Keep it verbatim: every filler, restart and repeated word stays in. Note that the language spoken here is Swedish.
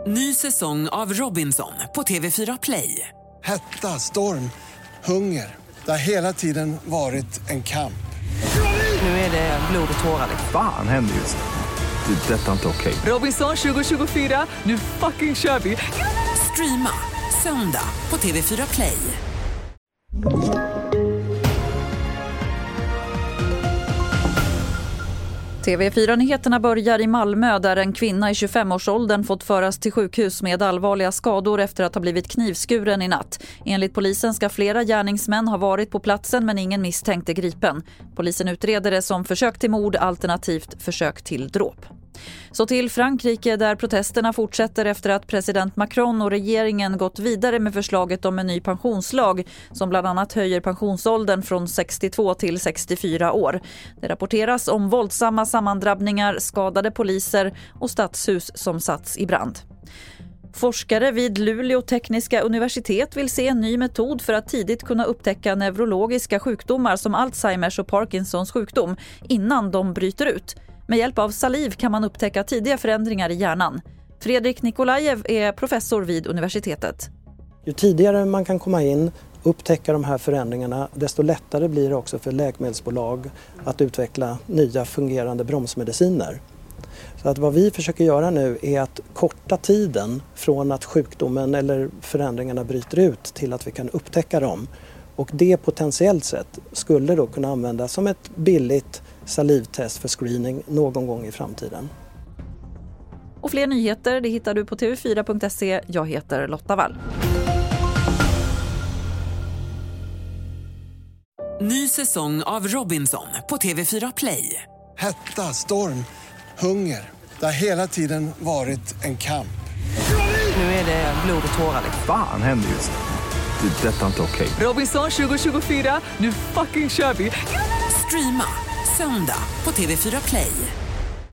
Ny säsong av Robinson på T V fyra Play. Hetta, storm, hunger. Det har hela tiden varit en kamp. Nu är det blod och tårar. Fan händer just det. Det är detta inte okej. Robinson tjugo tjugofyra, nu fucking kör vi. Streama söndag på T V fyra Play. T V fyra-nyheterna börjar i Malmö där en kvinna i tjugofemårsåldern fått föras till sjukhus med allvarliga skador efter att ha blivit knivskuren i natt. Enligt polisen ska flera gärningsmän ha varit på platsen men ingen misstänkte gripen. Polisen utreder det som försök till mord alternativt försök till dråp. Så till Frankrike där protesterna fortsätter efter att president Macron och regeringen gått vidare med förslaget om en ny pensionslag som bland annat höjer pensionsåldern från sextiotvå till sextiofyra år. Det rapporteras om våldsamma sammandrabbningar, skadade poliser och stadshus som satts i brand. Forskare vid Luleå tekniska universitet vill se en ny metod för att tidigt kunna upptäcka neurologiska sjukdomar som Alzheimers och Parkinsons sjukdom innan de bryter ut. Med hjälp av saliv kan man upptäcka tidiga förändringar i hjärnan. Fredrik Nikolajev är professor vid universitetet. Ju tidigare man kan komma in och upptäcka de här förändringarna, desto lättare blir det också för läkemedelsbolag att utveckla nya fungerande bromsmediciner. Så att vad vi försöker göra nu är att korta tiden från att sjukdomen eller förändringarna bryter ut till att vi kan upptäcka dem. Och det potentiellt sett skulle då kunna användas som ett billigt salivtest för screening någon gång i framtiden. Och fler nyheter det hittar du på T V fyra punkt se. Jag heter Lotta Wall. Ny säsong av Robinson på T V fyra Play. Hetta, storm, hunger. Det har hela tiden varit en kamp. Nu är det blod och tårar. Fan händer just det. Det är detta inte okej. Robinson tjugo tjugofyra, nu fucking kör vi. Streama söndag på T V fyra Play.